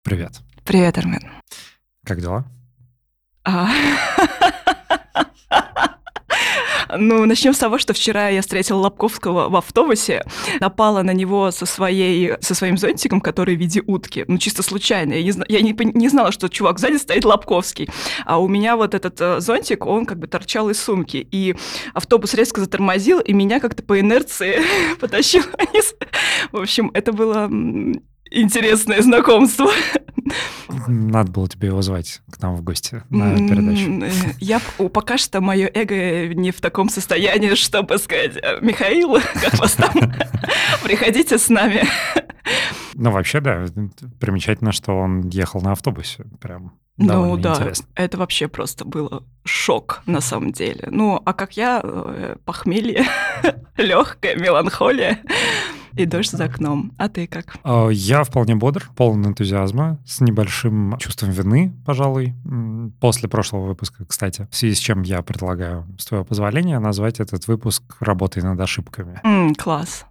Привет. Привет, Армен. Как дела? А, Ну, начнем с того, что вчера я встретила Лобковского в автобусе, напала на него со своим зонтиком, который в виде утки. Ну, чисто случайно. Я не знала, что чувак сзади стоит Лобковский. А у меня вот этот зонтик, он как бы торчал из сумки. И автобус резко затормозил, и меня как-то по инерции потащил вниз. В общем, это было интересное знакомство. Надо было тебе его звать к нам в гости на передачу. Пока что мое эго не в таком состоянии, чтобы сказать: Михаил, как вас там? Приходите с нами. Ну, вообще, да, примечательно, что он ехал на автобусе. Прям Ну довольно да, интересно. это вообще просто было шок на самом деле. Ну, а как похмелье, легкая меланхолия и дождь за окном. А ты как? Я вполне бодр, полон энтузиазма, с небольшим чувством вины, пожалуй, после прошлого выпуска, кстати, в связи с чем я предлагаю, с твоего позволения, назвать этот выпуск «Работой над ошибками». Класс.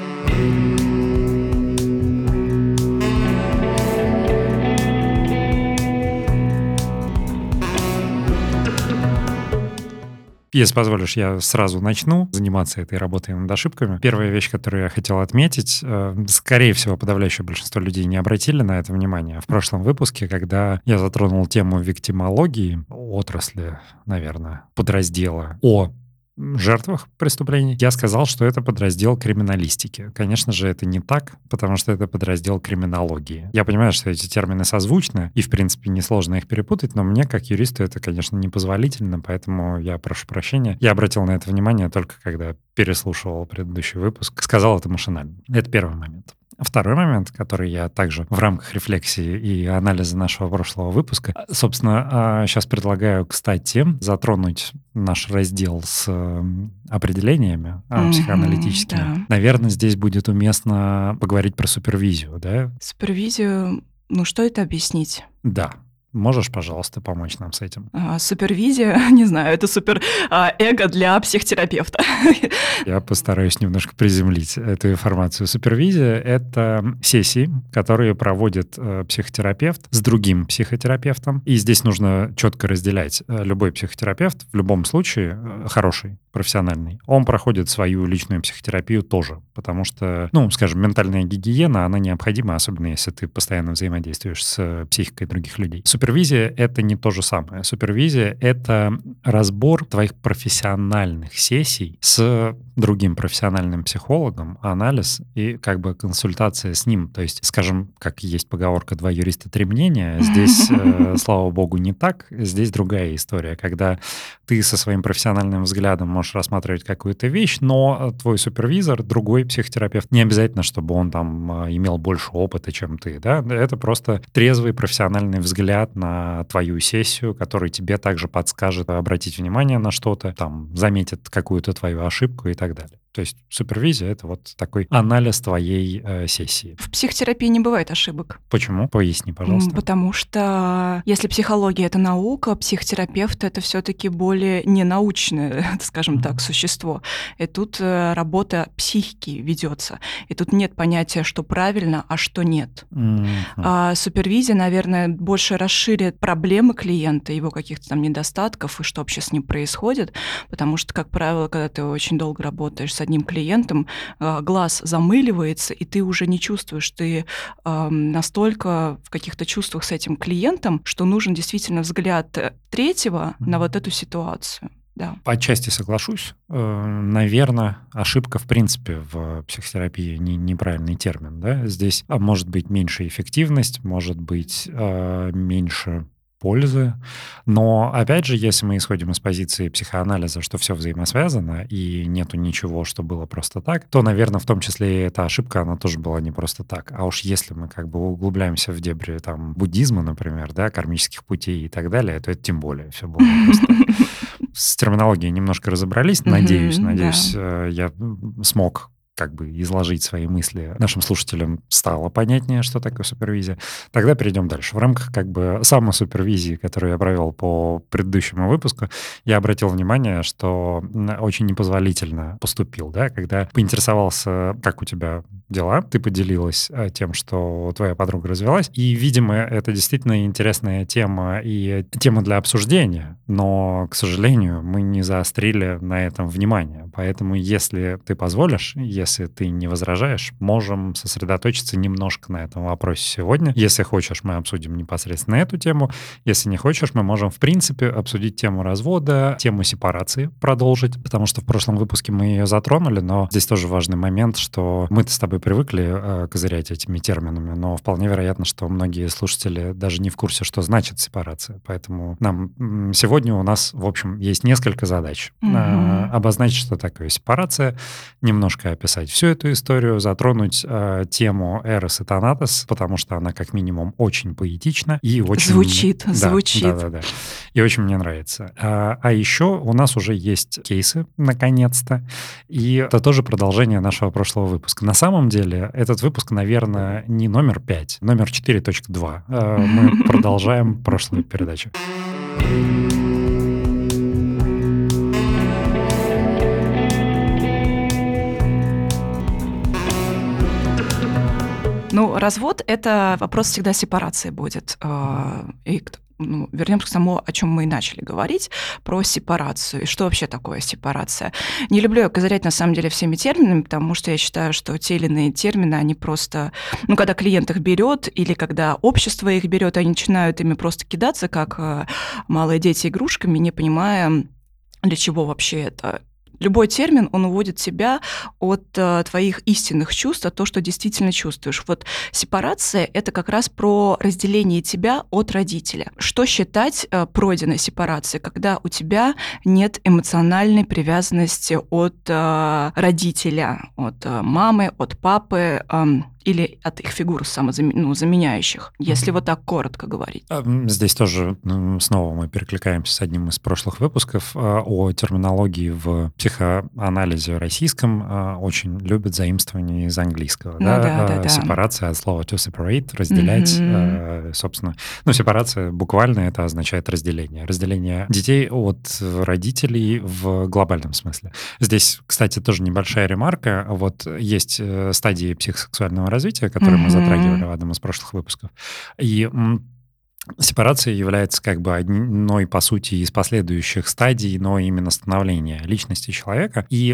Если позволишь, я сразу начну заниматься этой работой над ошибками. Первая вещь, которую я хотел отметить, скорее всего, подавляющее большинство людей не обратили на это внимание. В прошлом выпуске, когда я затронул тему виктимологии, отрасли, наверное, подраздела о жертвах преступлений, я сказал, что это подраздел криминалистики. Конечно же, это не так, потому что это подраздел криминологии. Я понимаю, что эти термины созвучны, и, в принципе, несложно их перепутать, но мне, как юристу, это, конечно, непозволительно, поэтому я прошу прощения. Я обратил на это внимание только когда переслушивал предыдущий выпуск. Сказал это машинально. Это первый момент. Второй момент, который я также в рамках рефлексии и анализа нашего прошлого выпуска, собственно, сейчас предлагаю, кстати, затронуть наш раздел с определениями психоаналитическими. Да. Наверное, здесь будет уместно поговорить про супервизию, да? Супервизию, что это объяснить? Да. Можешь, пожалуйста, помочь нам с этим? Супервизия, не знаю, это эго для психотерапевта. Я постараюсь немножко приземлить эту информацию. Супервизия — это сессии, которые проводит психотерапевт с другим психотерапевтом. И здесь нужно четко разделять. Любой психотерапевт в любом случае хороший, профессиональный. Он проходит свою личную психотерапию тоже, потому что, скажем, ментальная гигиена, она необходима, особенно если ты постоянно взаимодействуешь с психикой других людей. Супервизия — это не то же самое. Супервизия — это разбор твоих профессиональных сессий с другим профессиональным психологом, анализ и как бы консультация с ним. То есть, скажем, как есть поговорка «два юриста, три мнения», здесь, слава богу, не так. Здесь другая история, когда ты со своим профессиональным взглядом можешь рассматривать какую-то вещь, но твой супервизор, другой психотерапевт, не обязательно, чтобы он там имел больше опыта, чем ты, да? Это просто трезвый профессиональный взгляд на твою сессию, который тебе также подскажет обратить внимание на что-то, там, заметит какую-то твою ошибку и так далее. То есть супервизия — это вот такой анализ твоей сессии. В психотерапии не бывает ошибок. Почему? Поясни, пожалуйста. Потому что если психология — это наука, психотерапевт — это все-таки более ненаучное, скажем так, существо. И тут работа психики ведется. И тут нет понятия, что правильно, а что нет. А супервизия, наверное, больше расширит проблемы клиента, его каких-то там недостатков и что вообще с ним происходит. Потому что, как правило, когда ты очень долго работаешь с одним клиентом, глаз замыливается, и ты уже не чувствуешь, ты настолько в каких-то чувствах с этим клиентом, что нужен действительно взгляд третьего на вот эту ситуацию. Да. Отчасти соглашусь. Наверное, ошибка, в принципе, в психотерапии неправильный термин. Да? Здесь может быть меньше эффективность, может быть меньше пользы. Но, опять же, если мы исходим из позиции психоанализа, что все взаимосвязано и нету ничего, что было просто так, то, наверное, в том числе и эта ошибка, она тоже была не просто так. А уж если мы как бы углубляемся в дебри там буддизма, например, да, кармических путей и так далее, то это тем более все было просто. С терминологией немножко разобрались, надеюсь, я смог как бы изложить свои мысли, нашим слушателям стало понятнее, что такое супервизия, тогда перейдем дальше. В рамках как бы самосупервизии, которую я провел по предыдущему выпуску, я обратил внимание, что очень непозволительно поступил, да, когда поинтересовался, как у тебя дела, ты поделилась тем, что твоя подруга развелась, и, видимо, это действительно интересная тема и тема для обсуждения, но, к сожалению, мы не заострили на этом внимание, поэтому, если ты позволишь, если ты не возражаешь, можем сосредоточиться немножко на этом вопросе сегодня. Если хочешь, мы обсудим непосредственно эту тему, если не хочешь, мы можем, в принципе, обсудить тему развода, тему сепарации продолжить, потому что в прошлом выпуске мы ее затронули, но здесь тоже важный момент, что мы-то с тобой привыкли козырять этими терминами, но вполне вероятно, что многие слушатели даже не в курсе, что значит сепарация. Поэтому нам сегодня у нас, в общем, есть несколько задач. Обозначить, что такое сепарация, немножко описать всю эту историю, затронуть тему Эрос и Танатос, потому что она как минимум очень поэтична и очень... Звучит. Да. И очень мне нравится. А еще у нас уже есть кейсы, наконец-то, и это тоже продолжение нашего прошлого выпуска. На самом деле, этот выпуск, наверное, не номер 5, номер 4.2. Мы продолжаем прошлую передачу. Ну, развод — это вопрос всегда сепарации будет. И вернемся к тому, о чем мы и начали говорить, про сепарацию. И что вообще такое сепарация? Не люблю я козырять, на самом деле, всеми терминами, потому что я считаю, что те или иные термины, они просто... когда клиент их берет, или когда общество их берет, они начинают ими просто кидаться, как малые дети игрушками, не понимая, для чего вообще это. Любой термин, он уводит тебя от твоих истинных чувств, от того, что действительно чувствуешь. Вот сепарация — это как раз про разделение тебя от родителя. Что считать пройденной сепарацией, когда у тебя нет эмоциональной привязанности от родителя, от мамы, от папы, или от их фигур заменяющих, если вот так коротко говорить. Здесь тоже снова мы перекликаемся с одним из прошлых выпусков о терминологии в психоанализе российском. Очень любят заимствование из английского. Да. Сепарация от слова to separate, разделять. Собственно, сепарация буквально это означает разделение. Разделение детей от родителей в глобальном смысле. Здесь, кстати, тоже небольшая ремарка. Вот есть стадии психосексуального развития, которые мы затрагивали в одном из прошлых выпусков. И сепарация является как бы одной, по сути, из последующих стадий, но именно становления личности человека. И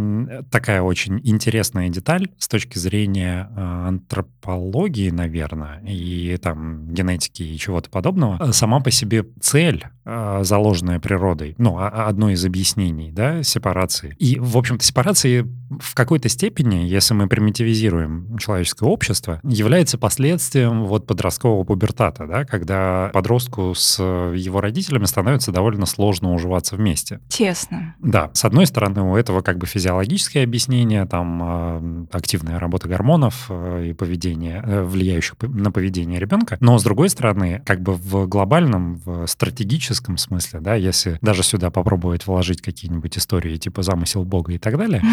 такая очень интересная деталь с точки зрения антропологии, наверное, и там генетики и чего-то подобного. Сама по себе цель, заложенная природой, одно из объяснений, да, сепарации. И, в общем-то, сепарации в какой-то степени, если мы примитивизируем человеческое общество, является последствием вот подросткового пубертата, да, когда подростку с его родителями становится довольно сложно уживаться вместе. Тесно. Да. С одной стороны, у этого как бы физиологическое объяснение, там активная работа гормонов и поведение, влияющих на поведение ребенка. Но с другой стороны, как бы в глобальном, в стратегическом смысле, да, если даже сюда попробовать вложить какие-нибудь истории типа замысел Бога и так далее,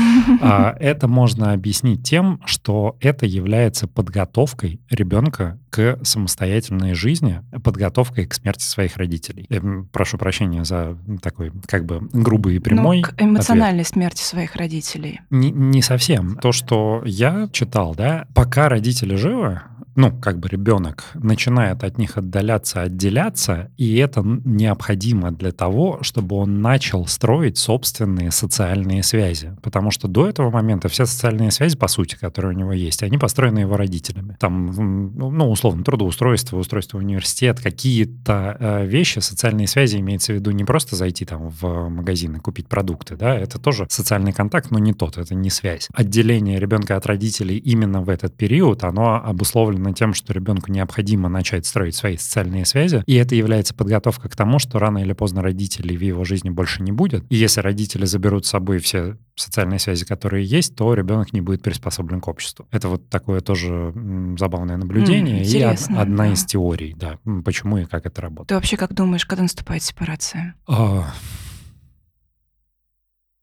это можно объяснить тем, что это является подготовкой ребенка к самостоятельной жизни, подготовкой к смерти своих родителей. Я прошу прощения за такой как бы грубый и прямой к эмоциональной смерти своих родителей. Не совсем. То, что я читал, да, пока родители живы, как бы ребенок начинает от них отделяться, и это необходимо для того, чтобы он начал строить собственные социальные связи. Потому что до этого момента все социальные связи, по сути, которые у него есть, они построены его родителями. Там, условно, трудоустройство, устройство в университет, какие-то вещи, социальные связи, имеется в виду не просто зайти там в магазин и купить продукты, да, это тоже социальный контакт, но не тот, это не связь. Отделение ребенка от родителей именно в этот период, оно обусловлено тем, что ребенку необходимо начать строить свои социальные связи, и это является подготовкой к тому, что рано или поздно родителей в его жизни больше не будет. И если родители заберут с собой все социальные связи, которые есть, то ребенок не будет приспособлен к обществу. Это вот такое тоже забавное наблюдение и одна из теорий, да, почему и как это работает. Ты вообще как думаешь, когда наступает сепарация?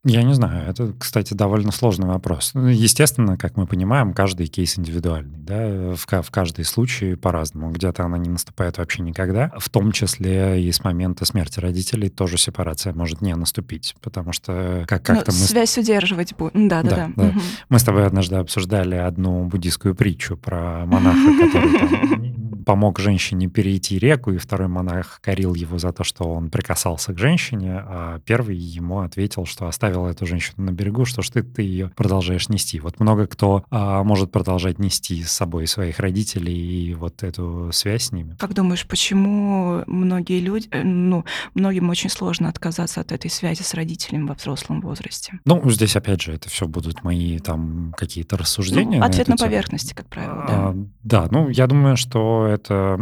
Я не знаю, это, кстати, довольно сложный вопрос. Ну, естественно, как мы понимаем, каждый кейс индивидуальный, да, в каждый случай по-разному. Где-то она не наступает вообще никогда, в том числе и с момента смерти родителей тоже сепарация может не наступить, потому что Ну, как-то мы... связь удерживать будет. Да, Да-да-да. да. Мы с тобой однажды обсуждали одну буддийскую притчу про монаха, который там помог женщине перейти реку, и второй монах корил его за то, что он прикасался к женщине, а первый ему ответил, что оставил эту женщину на берегу, что ж ты ее продолжаешь нести. Вот много кто может продолжать нести с собой своих родителей и вот эту связь с ними. Как думаешь, почему многие люди, многим очень сложно отказаться от этой связи с родителями во взрослом возрасте? Ну, здесь, опять же, это все будут мои там какие-то рассуждения на Ответ эту на тему. поверхности, как правило, да. Да, ну, я думаю, что это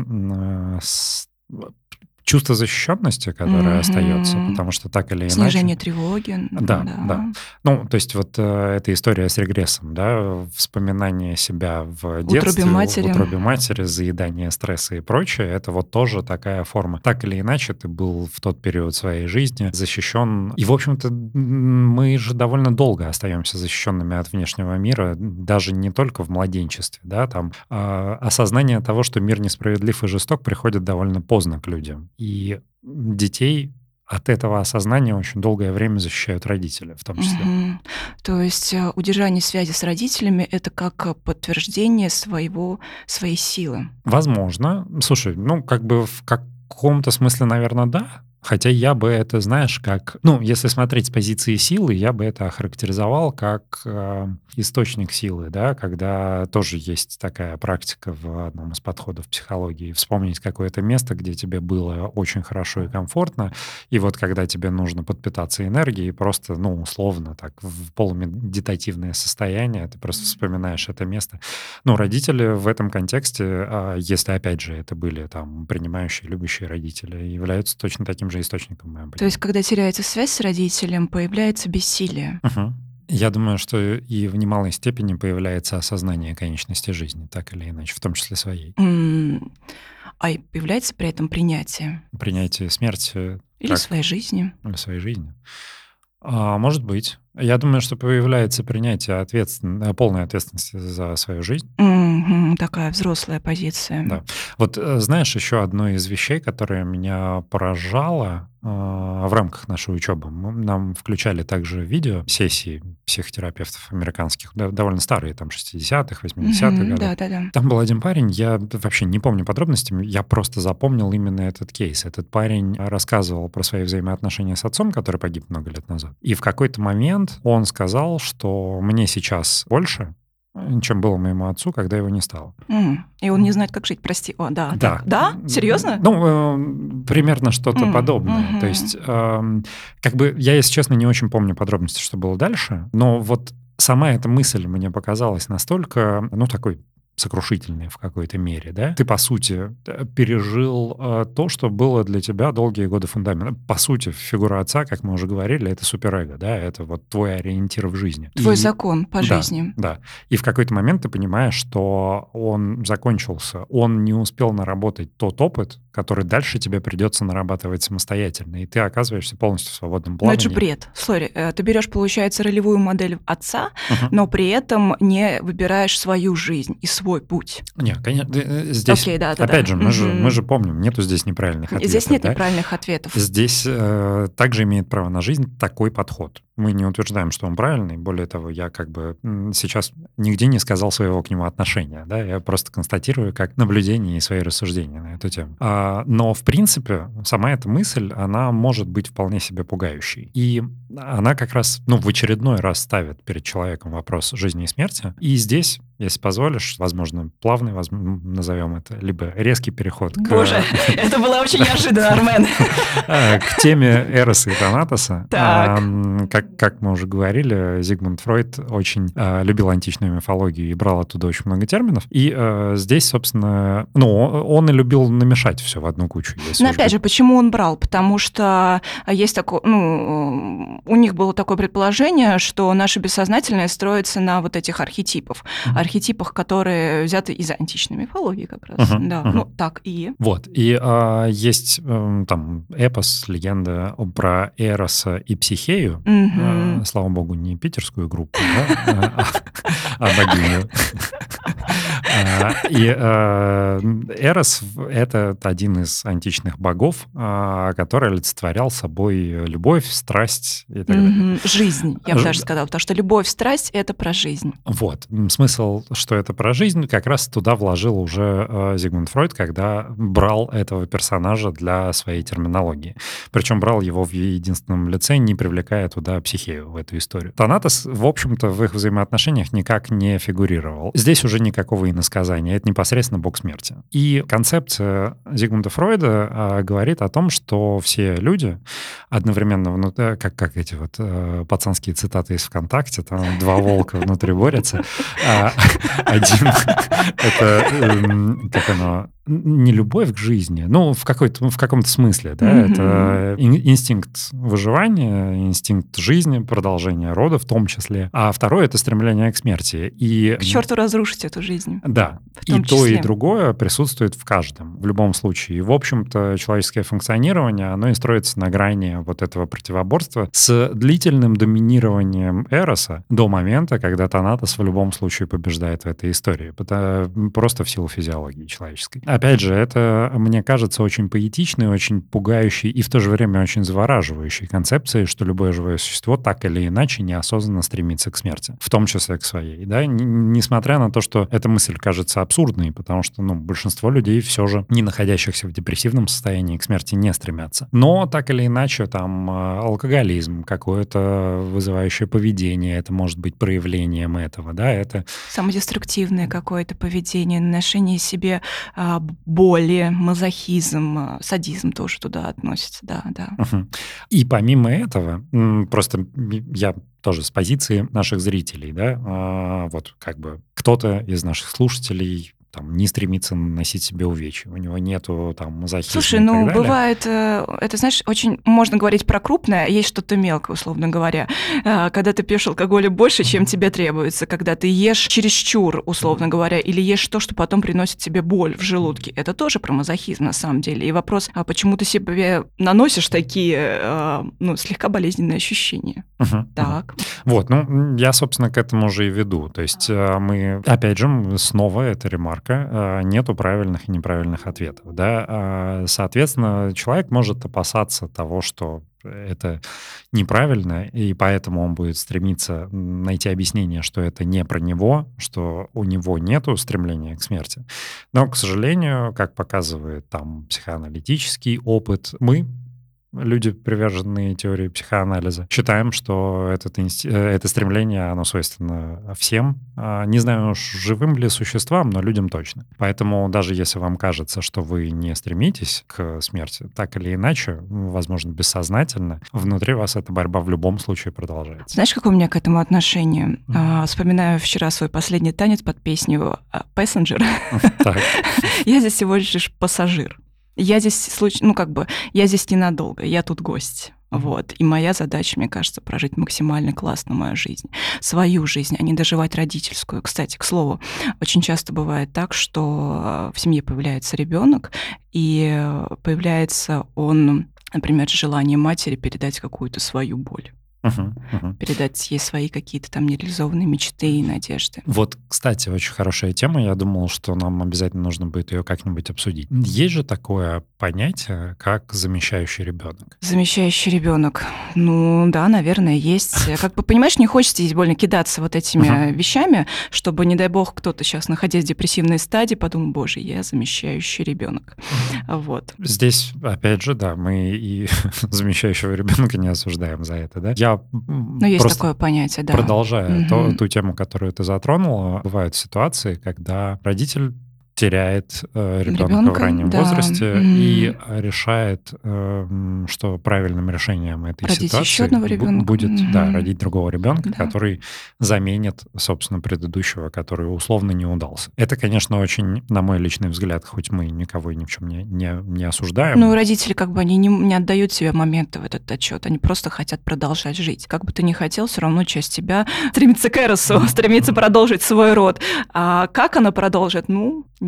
чувство защищенности, которое остается, потому что так или иначе... Снижение тревоги. Да. Ну, то есть вот эта история с регрессом, да, вспоминание себя в детстве, в утробе матери, заедание стресса и прочее, это вот тоже такая форма. Так или иначе, ты был в тот период своей жизни защищен. И, в общем-то, мы же довольно долго остаемся защищенными от внешнего мира, даже не только в младенчестве, да, там осознание того, что мир несправедлив и жесток, приходит довольно поздно к людям. И детей от этого осознания очень долгое время защищают родители, в том числе. То есть удержание связи с родителями — это как подтверждение своей силы. Возможно. Слушай, ну, как бы в каком-то смысле, наверное, да. Хотя я бы это, знаешь, как... Ну, если смотреть с позиции силы, я бы это охарактеризовал как источник силы, да, когда тоже есть такая практика в одном из подходов психологии. Вспомнить какое-то место, где тебе было очень хорошо и комфортно, и вот когда тебе нужно подпитаться энергией, просто, ну, условно, так, в полумедитативное состояние, ты просто вспоминаешь это место. Ну, родители в этом контексте, если, опять же, это были там принимающие, любящие родители, являются точно таким же источником, в моем То есть, понимании. когда теряется связь с родителем, появляется бессилие. Я думаю, что и в немалой степени появляется осознание конечности жизни, так или иначе, в том числе своей. А и появляется при этом принятие Принятие смерти или своей жизни. или своей жизни. Может быть. Я думаю, что появляется принятие полной ответственности за свою жизнь. Такая взрослая позиция. Да. Вот знаешь, еще одно из вещей, которое меня поражало в рамках нашей учебы. Нам включали также видео-сессии психотерапевтов американских, довольно старые, там, 60-х, 80-х годов. Да. Там был один парень, я вообще не помню подробностей, я просто запомнил именно этот кейс. Этот парень рассказывал про свои взаимоотношения с отцом, который погиб много лет назад. И в какой-то момент он сказал, что мне сейчас больше, чем было моему отцу, когда его не стало. И он не знает, как жить, прости. Да. Да? Серьезно? Ну, примерно что-то подобное. То есть, как бы, я, если честно, не очень помню подробности, что было дальше, но вот сама эта мысль мне показалась настолько, ну, такой сокрушительной в какой-то мере, да? Ты, по сути, пережил то, что было для тебя долгие годы фундаментом. По сути, фигура отца, как мы уже говорили, это суперэго, да? Это вот твой ориентир в жизни. Твой закон по жизни. Да. И в какой-то момент ты понимаешь, что он закончился. Он не успел наработать тот опыт, который дальше тебе придется нарабатывать самостоятельно. И ты оказываешься полностью в свободном плавании. Но это же бред. Сори, ты берешь, получается, ролевую модель отца, но при этом не выбираешь свою жизнь и свой путь. Нет, конечно, здесь, опять же, мы же помним, нету здесь неправильных ответов. Здесь нет неправильных ответов. Здесь также имеет право на жизнь такой подход. Мы не утверждаем, что он правильный. Более того, я как бы сейчас нигде не сказал своего к нему отношения. Да? Я просто констатирую как наблюдение и свои рассуждения на эту тему. Но, в принципе, сама эта мысль, она может быть вполне себе пугающей. И она как раз, в очередной раз ставит перед человеком вопрос жизни и смерти. И здесь, если позволишь, возможно, плавный, назовем это, либо резкий переход. Боже, это было очень неожиданно, Армен. К теме Эроса и Танатоса. Как мы уже говорили, Зигмунд Фройд очень любил античную мифологию и брал оттуда очень много терминов. И здесь, собственно, он и любил намешать все в одну кучу. Но опять же, почему он брал? Потому что есть такое, у них было такое предположение, что наше бессознательное строится на вот этих архетипах, которые взяты из античной мифологии как раз. Так и... Вот, и есть там эпос, легенда про Эроса и Психею, Слава богу, не питерскую группу, да, а богиню. И Эрос — это один из античных богов, который олицетворял собой любовь, страсть и так далее. Жизнь, я бы даже сказала, потому что любовь, страсть — это про жизнь. Вот. Смысл, что это про жизнь, как раз туда вложил уже Зигмунд Фройд, когда брал этого персонажа для своей терминологии. Причем брал его в единственном лице, не привлекая туда Психею в эту историю. Танатос, в общем-то, в их взаимоотношениях никак не фигурировал. Здесь уже никакого иносказания. Это непосредственно бог смерти. И концепция Зигмунда Фройда говорит о том, что все люди одновременно, как эти вот пацанские цитаты из ВКонтакте, там два волка внутри борются. Один — это, как оно, не любовь к жизни, ну, в каком-то смысле, да, это инстинкт выживания, инстинкт жизни, продолжения рода в том числе, а второе — это стремление к смерти. И к черту разрушить эту жизнь. Да, и то, и другое присутствует в каждом, в любом случае. И, в общем-то, человеческое функционирование, оно и строится на грани вот этого противоборства с длительным доминированием Эроса до момента, когда Танатос в любом случае побеждает в этой истории, просто в силу физиологии человеческой. Опять же, это, мне кажется, очень поэтичной, очень пугающей и в то же время очень завораживающей концепцией, что любое живое существо так или иначе неосознанно стремится к смерти, в том числе к своей, да, несмотря на то, что эта мысль кажется абсурдной, потому что, большинство людей все же, не находящихся в депрессивном состоянии, к смерти не стремятся. Но так или иначе, там, алкоголизм, какое-то вызывающее поведение, это может быть проявлением этого, да, это... Самодеструктивное какое-то поведение, наношение себе боли, мазохизм, садизм тоже туда относится, да. И помимо этого, просто я тоже с позиции наших зрителей, да, вот как бы кто-то из наших слушателей там не стремится наносить себе увечья, у него нету там мазохизма. Слушай, бывает, это, знаешь, очень можно говорить про крупное, а есть что-то мелкое, условно говоря. Когда ты пьешь алкоголя больше, чем тебе требуется, когда ты ешь чересчур, условно говоря, или ешь то, что потом приносит тебе боль в желудке. Это тоже про мазохизм на самом деле. И вопрос, почему ты себе наносишь такие, слегка болезненные ощущения? Так. Вот, я, собственно, к этому же и веду. То есть мы, опять же, снова это ремарка, нету правильных и неправильных ответов, да. Соответственно, человек может опасаться того, что это неправильно, и поэтому он будет стремиться найти объяснение, что это не про него, что у него нету стремления к смерти. Но, к сожалению, как показывает там психоаналитический опыт, мы, люди, приверженные теории психоанализа, считаем, что это стремление, оно свойственно всем. Не знаю уж, живым ли существам, но людям точно. Поэтому даже если вам кажется, что вы не стремитесь к смерти, так или иначе, возможно, бессознательно, внутри вас эта борьба в любом случае продолжается. Знаешь, какое у меня к этому отношение? Вспоминаю вчера свой последний танец под песню «Passenger». Я здесь всего лишь пассажир. Я здесь, я здесь ненадолго, я тут гость. Вот. И моя задача, мне кажется, прожить максимально классно мою жизнь, свою жизнь, а не доживать родительскую. Кстати, к слову, очень часто бывает так, что в семье появляется ребенок, и появляется он, например, желание матери передать какую-то свою боль. Передать ей свои какие-то там нереализованные мечты и надежды. Вот, кстати, очень хорошая тема. Я думал, что нам обязательно нужно будет ее как-нибудь обсудить. Есть же такое понятие, как замещающий ребенок. Замещающий ребенок. Да, наверное, есть. Как бы, понимаешь, не хочется здесь больно кидаться вот этими вещами, чтобы, не дай бог, кто-то сейчас, находясь в депрессивной стадии, подумал: боже, я замещающий ребенок. Вот. Здесь, опять же, да, мы и замещающего ребенка не осуждаем за это, да? Есть такое понятие, да. Продолжая ту тему, которую ты затронула, бывают ситуации, когда родитель теряет ребенка в раннем возрасте и решает, что правильным решением этой ситуации будет родить другого ребенка, который заменит, собственно, предыдущего, который условно не удался. Это, конечно, очень, на мой личный взгляд, хоть мы никого и ни в чем не осуждаем. Родители они не отдают себе моменты в этот отчет, они просто хотят продолжать жить. Как бы ты ни хотел, все равно часть тебя стремится к Эросу, стремится продолжить свой род. А как она продолжит?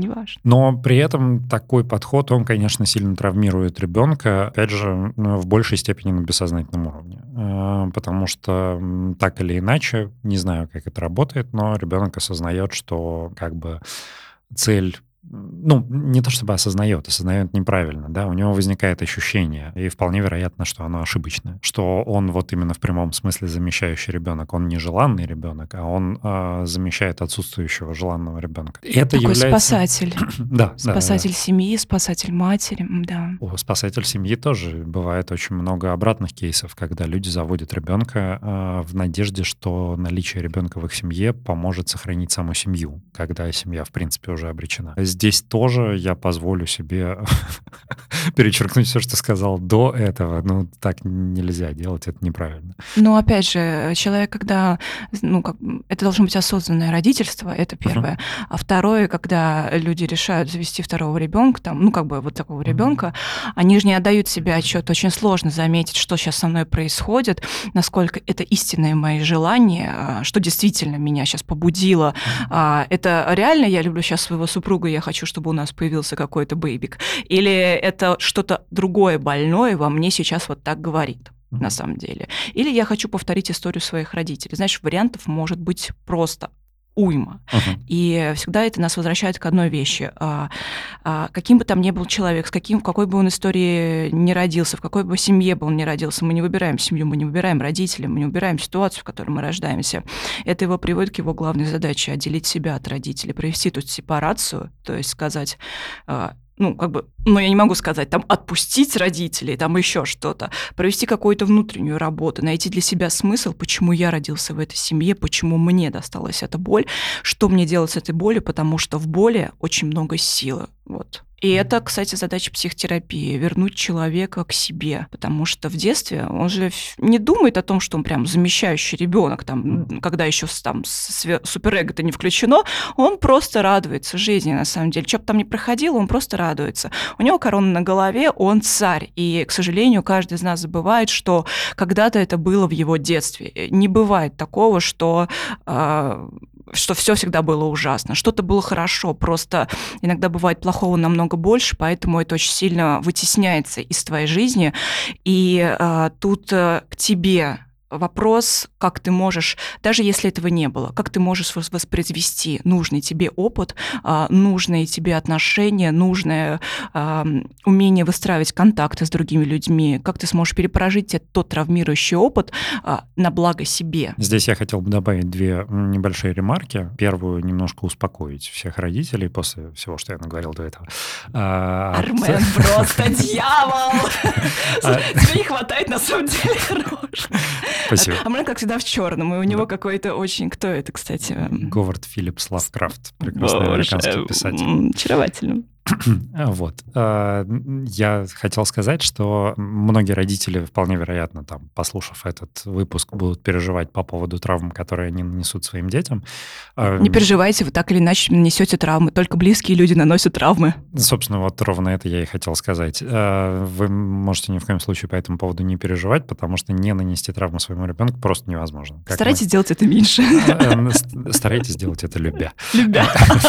неважно. Но при этом такой подход, он, конечно, сильно травмирует ребенка, опять же, в большей степени на бессознательном уровне. Потому что так или иначе, не знаю, как это работает, но ребенок осознает, что как бы цель, ну, не то чтобы осознает неправильно, да, у него возникает ощущение, и вполне вероятно, что оно ошибочное, что он вот именно в прямом смысле замещающий ребенок, он не желанный ребенок, а он замещает отсутствующего желанного ребенка. Это Такой является... спасатель. Да. Спасатель семьи, спасатель матери, да. Спасатель семьи тоже. Бывает очень много обратных кейсов, когда люди заводят ребенка в надежде, что наличие ребенка в их семье поможет сохранить саму семью, когда семья, в принципе, уже обречена. Здесь тоже я позволю себе перечеркнуть все, что сказал до этого. Ну, так нельзя делать, это неправильно. Но опять же, человек, когда, это должно быть осознанное родительство, это первое. А второе, когда люди решают завести второго ребенка, вот такого ребенка, они же не отдают себе отчет. Очень сложно заметить, что сейчас со мной происходит, насколько это истинные мои желания, что действительно меня сейчас побудило. Это реально я люблю сейчас своего супруга, я хочу, чтобы у нас появился какой-то бэйбик. Или это что-то другое больное во мне сейчас вот так говорит. На самом деле. Или я хочу повторить историю своих родителей. Знаешь, вариантов может быть просто уйма. И всегда это нас возвращает к одной вещи. Каким бы там ни был человек, в какой бы он истории не родился, в какой бы семье бы он ни родился, мы не выбираем семью, мы не выбираем родителей, мы не выбираем ситуацию, в которой мы рождаемся. Это его приводит к его главной задаче — отделить себя от родителей, провести тут сепарацию, то есть сказать... я не могу сказать, отпустить родителей, еще что-то, провести какую-то внутреннюю работу, найти для себя смысл, почему я родился в этой семье, почему мне досталась эта боль, что мне делать с этой болью, потому что в боли очень много силы. Вот. И это, кстати, задача психотерапии — вернуть человека к себе, потому что в детстве он же не думает о том, что он прям замещающий ребенок, когда еще суперэго-то не включено, он просто радуется жизни, на самом деле. Что бы там ни проходило, он просто радуется. У него корона на голове, он царь. И, к сожалению, каждый из нас забывает, что когда-то это было в его детстве. Не бывает такого, что все всегда было ужасно. Что-то было хорошо, просто иногда бывает плохого намного больше, поэтому это очень сильно вытесняется из твоей жизни. И тут к тебе вопрос, как ты можешь, даже если этого не было, как ты можешь воспроизвести нужный тебе опыт, нужные тебе отношения, нужное умение выстраивать контакты с другими людьми, как ты сможешь перепрожить тот травмирующий опыт на благо себе. Здесь я хотел бы добавить две небольшие ремарки. Первую — немножко успокоить всех родителей после всего, что я наговорил до этого. Армен просто дьявол! Тебе не хватает, на самом деле, хорош. Спасибо. Армен, как всегда, в черном, и у него какой-то очень... Кто это, кстати? Говард Филлипс Лавкрафт, прекрасный американский писатель. Очаровательно. Вот. Я хотел сказать, что многие родители, вполне вероятно, послушав этот выпуск, будут переживать по поводу травм, которые они нанесут своим детям. Не переживайте, вы так или иначе нанесете травмы. Только близкие люди наносят травмы. Собственно, вот ровно это я и хотел сказать. Вы можете ни в коем случае по этому поводу не переживать, потому что не нанести травму своему ребенку просто невозможно. Старайтесь делать это меньше. Старайтесь делать это любя. Любя.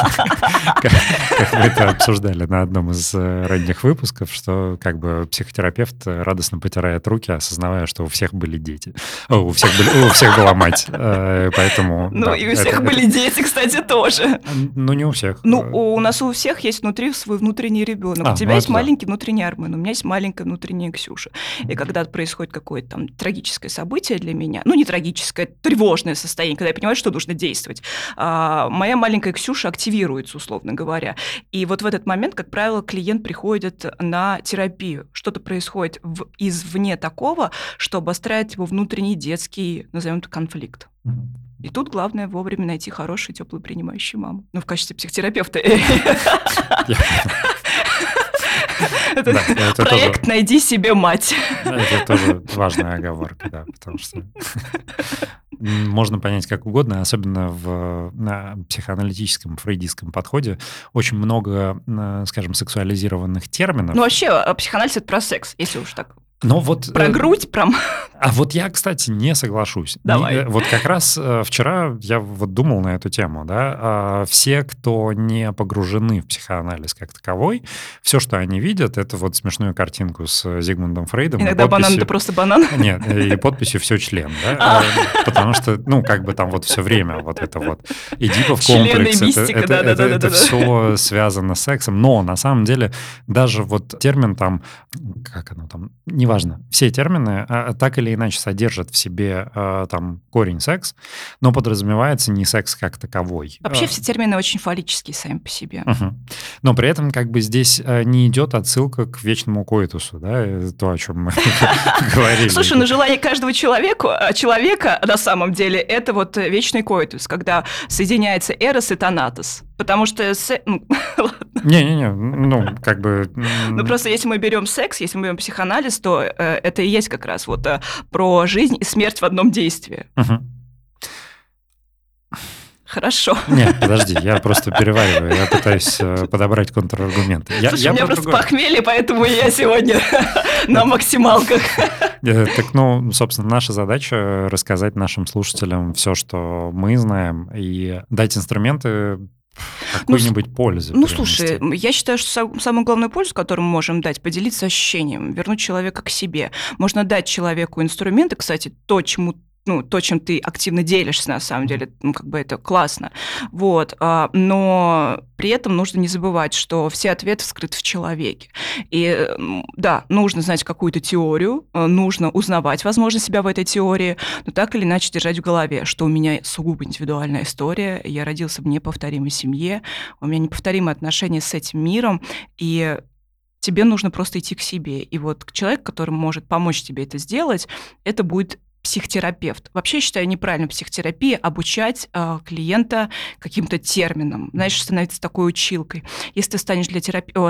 Как мы это обсуждали на одном из ранних выпусков, что психотерапевт радостно потирает руки, осознавая, что у всех были дети. У всех была мать. Поэтому... и у всех были дети, кстати, тоже. Не у всех. У нас у всех есть внутри свой внутренний ребенок. У тебя есть маленький внутренний Армен, у меня есть маленькая внутренняя Ксюша. И когда происходит какое-то трагическое событие для меня, не трагическое, тревожное состояние, когда я понимаю, что нужно действовать, моя маленькая Ксюша активируется, условно говоря. И вот в этот момент, как правило, клиент приходит на терапию. Что-то происходит извне такого, что обостряет его внутренний детский, назовем это, конфликт. И тут главное вовремя найти хорошую, теплую, принимающую маму. В качестве психотерапевта. Это проект «Найди себе мать». Это тоже важная оговорка, да, потому что можно понять как угодно, особенно в психоаналитическом, фрейдистском подходе очень много, скажем, сексуализированных терминов. Вообще, психоанализ — это про секс, если уж так. Но вот, про грудь, прям. А вот я, кстати, не соглашусь. Давай. Вот как раз вчера я вот думал на эту тему, да. Все, кто не погружены в психоанализ как таковой, все, что они видят, это вот смешную картинку с Зигмундом Фрейдом. Иногда банан — это просто банан? Нет, и подписью «все член», да. Потому что, ну, как бы там вот все время вот это вот Эдипов комплекс, это все связано с сексом. Но на самом деле даже вот термин там, как оно там, неважно, все термины так или иначе содержат в себе там корень секс, но подразумевается не секс как таковой. Вообще все термины очень фаллические сами по себе. Но при этом как бы здесь не идет отсылка к вечному коитусу, да, то, о чем мы говорили. Слушай, ну желание каждого человека на самом деле это вот вечный коитус, когда соединяется эрос и танатос. Потому что... Не-не-не, ну, как бы... Ну, просто если мы берем секс, если мы берем психоанализ, то это и есть как раз вот про жизнь и смерть в одном действии. Хорошо. Нет, подожди, я просто перевариваю, я пытаюсь подобрать контраргументы. Слушай, у меня просто похмелье, поэтому я сегодня на максималках. Так, ну, собственно, наша задача рассказать нашим слушателям все, что мы знаем, и дать инструменты какой-нибудь пользы. Ну, слушай, я считаю, что самую главную пользу, которую мы можем дать, поделиться ощущением, вернуть человека к себе. Можно дать человеку инструменты, кстати, то, чем ты активно делишься, на самом деле, ну, как бы это классно, вот, но при этом нужно не забывать, что все ответы скрыты в человеке. И да, нужно знать какую-то теорию, нужно узнавать, возможно, себя в этой теории, но так или иначе держать в голове, что у меня сугубо индивидуальная история, я родился в неповторимой семье, у меня неповторимые отношения с этим миром, и тебе нужно просто идти к себе. И вот человек, который может помочь тебе это сделать, это будет психотерапевт. Вообще, я считаю, неправильно в психотерапии обучать клиента каким-то терминам. Знаешь, становиться такой училкой. Если ты станешь для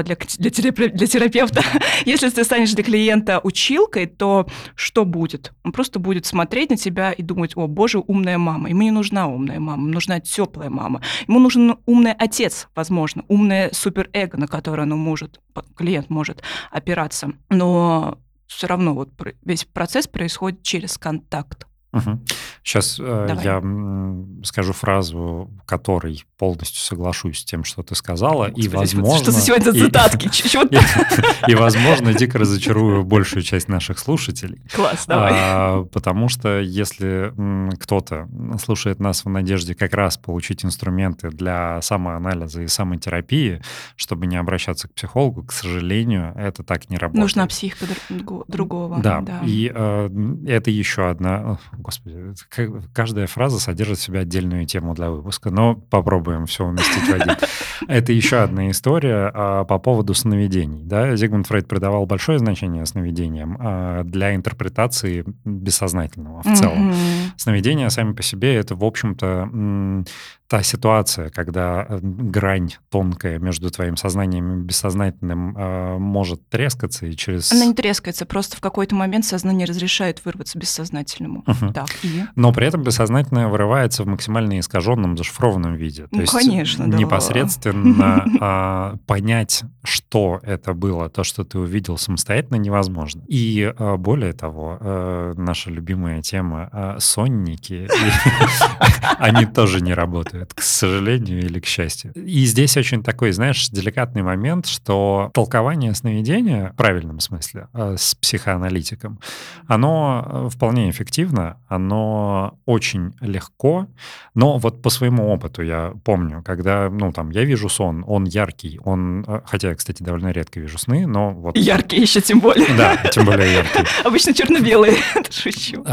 терапевта, если ты станешь для клиента училкой, то что будет? Он просто будет смотреть на тебя и думать: о, боже, умная мама. Ему не нужна умная мама, ему нужна теплая мама. Ему нужен умный отец, возможно, умное суперэго, на которое клиент может опираться. Но все равно вот весь процесс происходит через контакт. Сейчас я скажу фразу, в которой полностью соглашусь с тем, что ты сказала, и, возможно... Что за сегодня цитатки? И, возможно, дико разочарую большую часть наших слушателей. Класс, давай. Потому что если кто-то слушает нас в надежде как раз получить инструменты для самоанализа и самотерапии, чтобы не обращаться к психологу, к сожалению, это так не работает. Нужна психика другого. Да, и это еще одна... Господи, каждая фраза содержит в себе отдельную тему для выпуска, но попробуем все уместить в один. Это еще одна история по поводу сновидений. Да? Зигмунд Фрейд придавал большое значение сновидениям для интерпретации бессознательного в целом. Сновидения сами по себе — это, в общем-то, та ситуация, когда грань тонкая между твоим сознанием и бессознательным может трескаться, и через... Она не трескается, просто в какой-то момент сознание разрешает вырваться бессознательному. Так, и? Но при этом бессознательное вырывается в максимально искаженном, зашифрованном виде. То есть конечно, да. Непосредственно понять, что это было, то, что ты увидел самостоятельно, невозможно. И более того, наша любимая тема сонники, они тоже не работают, к сожалению или к счастью. И здесь очень такой, знаешь, деликатный момент, что толкование сновидения, в правильном смысле, с психоаналитиком, оно вполне эффективно, оно очень легко, но вот по своему опыту я помню, когда, я вижу сон, он яркий, хотя я, кстати, довольно редко вижу сны, но вот... Яркие еще тем более. Да, тем более яркие. Обычно черно-белые, шучу.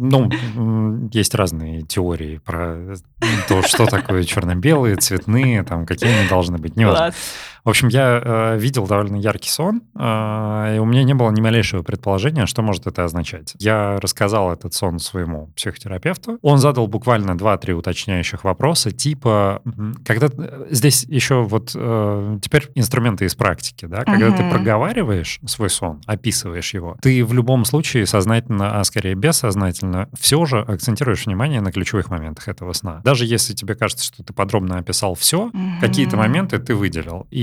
Есть разные теории про то, что такое черно-белые, цветные, там, какие они должны быть, неважно. В общем, я видел довольно яркий сон, и у меня не было ни малейшего предположения, что может это означать. Я рассказал этот сон своему психотерапевту. Он задал буквально 2-3 уточняющих вопроса, типа, когда здесь еще вот теперь инструменты из практики, да, когда ты проговариваешь свой сон, описываешь его, ты в любом случае сознательно, а скорее бессознательно, все же акцентируешь внимание на ключевых моментах этого сна. Даже если тебе кажется, что ты подробно описал все, какие-то моменты ты выделил. И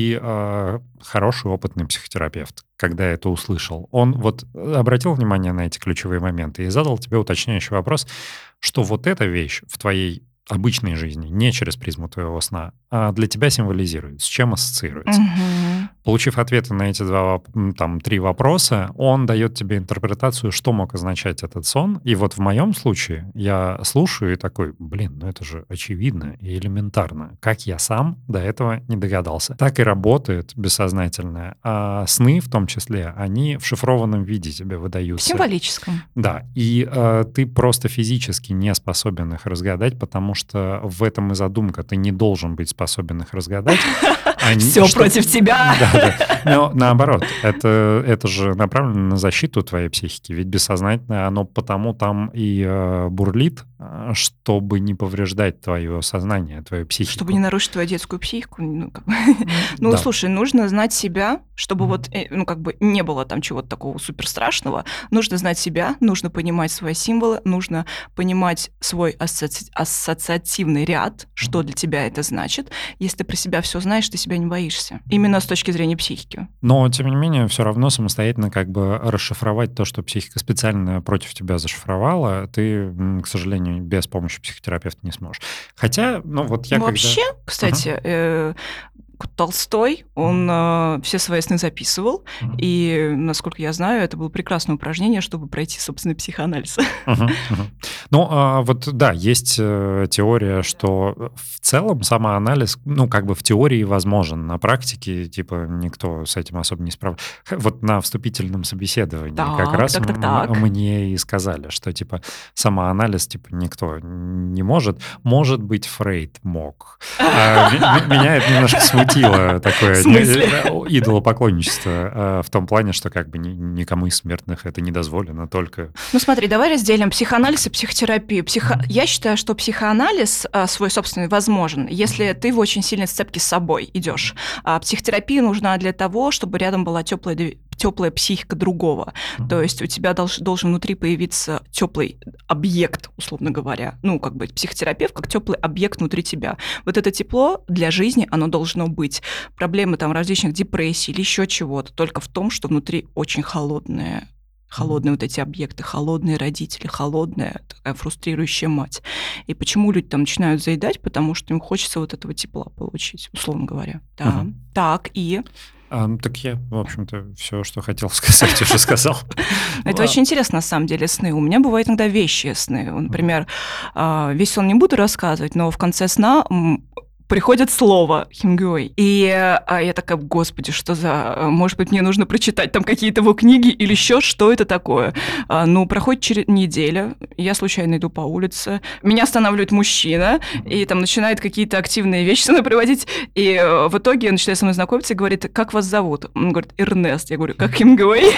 И хороший опытный психотерапевт, когда это услышал, он вот обратил внимание на эти ключевые моменты и задал тебе уточняющий вопрос, что вот эта вещь в твоей обычной жизни, не через призму твоего сна, а для тебя символизирует, с чем ассоциируется. Мгм. Получив ответы на эти три вопроса, он дает тебе интерпретацию, что мог означать этот сон. И вот в моем случае я слушаю и такой, блин, ну это же очевидно и элементарно. Как я сам до этого не догадался. Так и работает бессознательное. А сны, в том числе, они в шифрованном виде тебе В выдаются. символическом. Да, и ты просто физически не способен их разгадать, потому что в этом и задумка. Ты не должен быть способен их разгадать. Все против тебя. Да. Но наоборот, это же направлено на защиту твоей психики, ведь бессознательное, оно потому там и бурлит, чтобы не повреждать твое сознание, твою психику. Чтобы не нарушить твою детскую психику. Да. Слушай, нужно знать себя, чтобы не было там чего-то такого супер страшного. Нужно знать себя, нужно понимать свои символы, нужно понимать свой ассоциативный ряд, что для тебя это значит. Если ты про себя все знаешь, ты себя не боишься. Именно с точки зрения психики. Но, тем не менее, все равно самостоятельно как бы расшифровать то, что психика специально против тебя зашифровала, ты, к сожалению, без помощи психотерапевта не сможешь. Хотя, Вообще, кстати, Толстой, он все свои сны записывал, и, насколько я знаю, это было прекрасное упражнение, чтобы пройти собственный психоанализ. Есть теория, что в целом самоанализ, в теории возможен, на практике, никто с этим особо не справляется. Вот на вступительном собеседовании как раз мне и сказали, что, самоанализ, никто не может. Может быть, Фрейд мог. Меня это немножко смутило, такое идолопоклонничество в том плане, что никому из смертных это не дозволено, только... Смотри, давай разделим психоанализ и психотерапию. Я считаю, что психоанализ свой собственный возможен, если ты в очень сильной сцепке с собой идешь. Психотерапия нужна для того, чтобы рядом была теплая психика другого. То есть у тебя должен внутри появиться теплый объект, условно говоря. Психотерапевт как теплый объект внутри тебя. Вот это тепло для жизни, оно должно быть. Проблемы различных депрессий или еще чего-то только в том, что внутри очень холодные вот эти объекты, холодные родители, холодная такая фрустрирующая мать. И почему люди там начинают заедать? Потому что им хочется вот этого тепла получить, условно говоря. Да. Так, и... Так я, в общем-то, все, что хотел сказать, уже сказал. Это очень интересно, на самом деле, сны. У меня бывают иногда вещие сны. Например, весь сон не буду рассказывать, но в конце сна приходит слово Хемингуэй. И я такая, господи, что за... Может быть, мне нужно прочитать там какие-то его книги или еще, что это такое? Проходит неделя, я случайно иду по улице, меня останавливает мужчина, и там начинает какие-то активные вещи со мной проводить, и в итоге он начинает со мной знакомиться и говорит, как вас зовут? Он говорит, Эрнест. Я говорю, как Хемингуэй?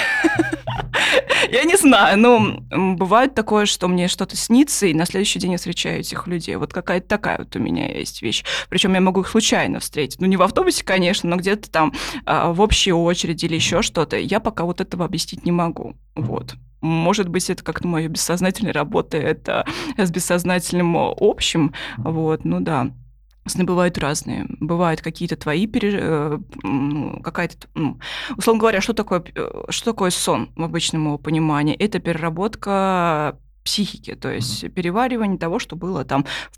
Я не знаю, но бывает такое, что мне что-то снится, и на следующий день я встречаю этих людей. Вот какая-то такая вот у меня есть вещь. Причем я могу их случайно встретить. Не в автобусе, конечно, но где-то там в общей очереди или еще что-то. Я пока вот этого объяснить не могу. Вот. Может быть, это как-то моя бессознательная работа, это с бессознательным общим. Вот, да. Сны бывают разные. Бывают какие-то твои условно говоря, что такое сон в обычном его понимании? Это переработка психики, то есть переваривание того, что было там в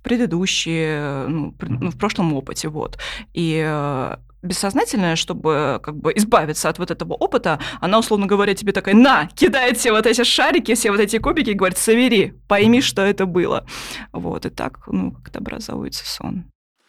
в прошлом опыте, вот. И бессознательное, чтобы избавиться от вот этого опыта, она, условно говоря, тебе такая, кидает все вот эти шарики, все вот эти кубики и говорит, собери, пойми, что это было. Вот, и так, как-то образуется сон.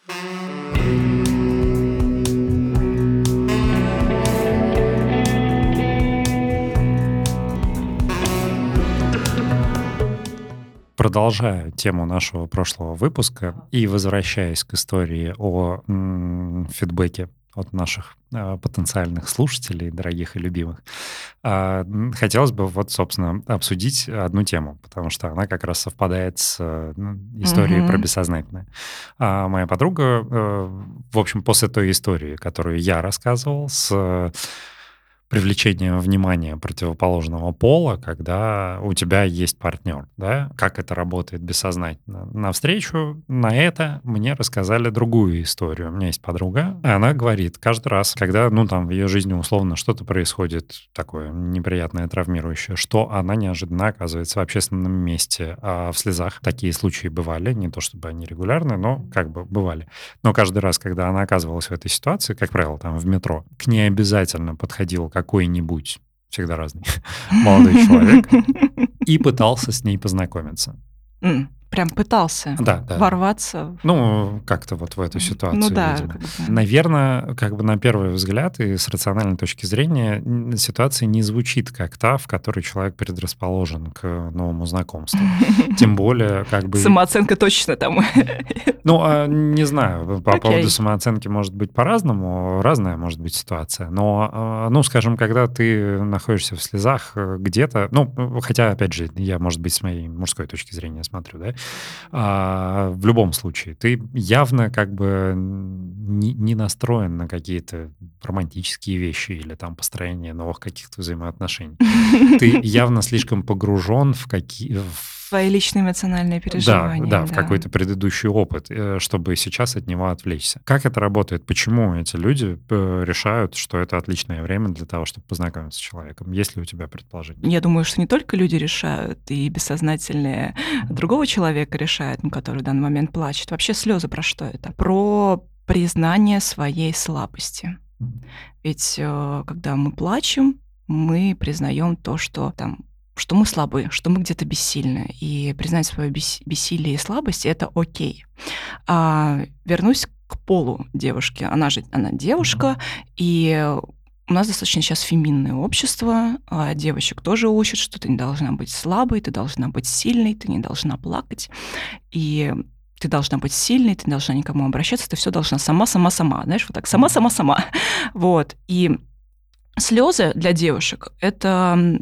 Продолжая тему нашего прошлого выпуска и возвращаясь к истории о фидбэке от наших потенциальных слушателей, дорогих и любимых, хотелось бы собственно, обсудить одну тему, потому что она как раз совпадает с историей про бессознательное. Моя подруга, в общем, после той истории, которую я рассказывал, с привлечение внимания противоположного пола, когда у тебя есть партнер, да? Как это работает бессознательно? Навстречу на это мне рассказали другую историю. У меня есть подруга, и она говорит, каждый раз, когда, ну, там, в ее жизни условно что-то происходит такое неприятное, травмирующее, что она неожиданно оказывается в общественном месте, а в слезах. Такие случаи бывали, не то чтобы они регулярны, но как бы бывали. Но каждый раз, когда она оказывалась в этой ситуации, как правило, там в метро, к ней обязательно подходил какой-нибудь, всегда разный, молодой человек и пытался с ней познакомиться. Прям пытался Да, да. ворваться. Ну, как-то вот в эту ситуацию, Ну да, видимо. как бы. Наверное, как бы на первый взгляд и с рациональной точки зрения ситуация не звучит как та, в которой человек предрасположен к новому знакомству. Тем более, как бы... Самооценка точно там. Ну, не знаю, по Окей. поводу самооценки может быть по-разному, разная может быть ситуация. Но, ну, скажем, когда ты находишься в слезах где-то, ну, хотя, опять же, я, может быть, с моей мужской точки зрения смотрю, да, в любом случае, ты явно как бы не настроен на какие-то романтические вещи или там построение новых каких-то взаимоотношений. Ты явно слишком погружен в Свои личные эмоциональные да, переживания. да, в какой-то предыдущий опыт, чтобы сейчас от него отвлечься. Как это работает? Почему эти люди решают, что это отличное время для того, чтобы познакомиться с человеком? Есть ли у тебя предположение? Я думаю, что не только люди решают, и бессознательные другого человека решают, который в данный момент плачет. Вообще слезы про что это? Про признание своей слабости. Ведь когда мы плачем, мы признаем то, что там что мы слабы, что мы где-то бессильны. И признать свое бессилие и слабость — это окей. Вернусь к полу девушки. Она девушка, и у нас достаточно сейчас феминное общество. Девочек тоже учат, что ты не должна быть слабой, ты должна быть сильной, ты не должна плакать. И ты должна быть сильной, ты не должна никому обращаться, ты все должна сама. Знаешь, вот так, сама. Вот. И слезы для девушек — это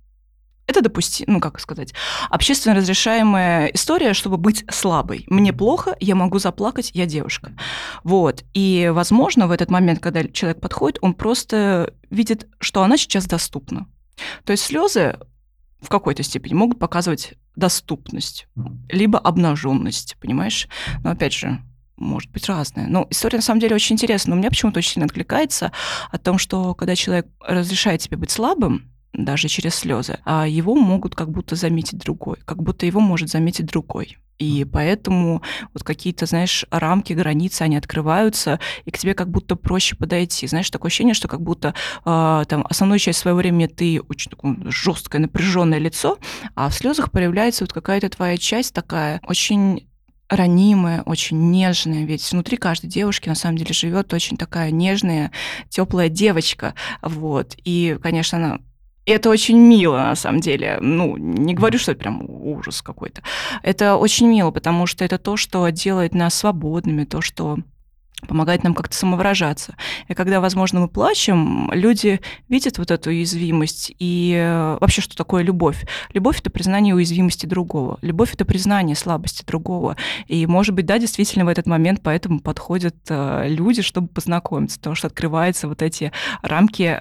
общественно разрешаемая история, чтобы быть слабой. Мне плохо, я могу заплакать, я девушка. Вот. И, возможно, в этот момент, когда человек подходит, он просто видит, что она сейчас доступна. То есть слезы в какой-то степени могут показывать доступность, либо обнаженность, понимаешь? Но, опять же, может быть разное. Но история, на самом деле, очень интересная. Но у меня почему-то очень сильно откликается о том, что когда человек разрешает себе быть слабым, даже через слезы, его могут как будто заметить другой, как будто его может заметить другой. И поэтому вот какие-то, знаешь, рамки, границы, они открываются, и к тебе как будто проще подойти. Знаешь, такое ощущение, что как будто там основную часть своего времени ты очень такое жесткое, напряженное лицо, а в слезах появляется вот какая-то твоя часть такая очень ранимая, очень нежная, ведь внутри каждой девушки на самом деле живет очень такая нежная, теплая девочка, вот. И, конечно, она это очень мило, на самом деле. Ну, не говорю, что это прям ужас какой-то. Это очень мило, потому что это то, что делает нас свободными, то, что помогает нам как-то самовыражаться. И когда, возможно, мы плачем, люди видят вот эту уязвимость. И вообще, что такое любовь? Любовь — это признание уязвимости другого. Любовь — это признание слабости другого. И, может быть, да, действительно, в этот момент поэтому подходят люди, чтобы познакомиться, потому что открываются вот эти рамки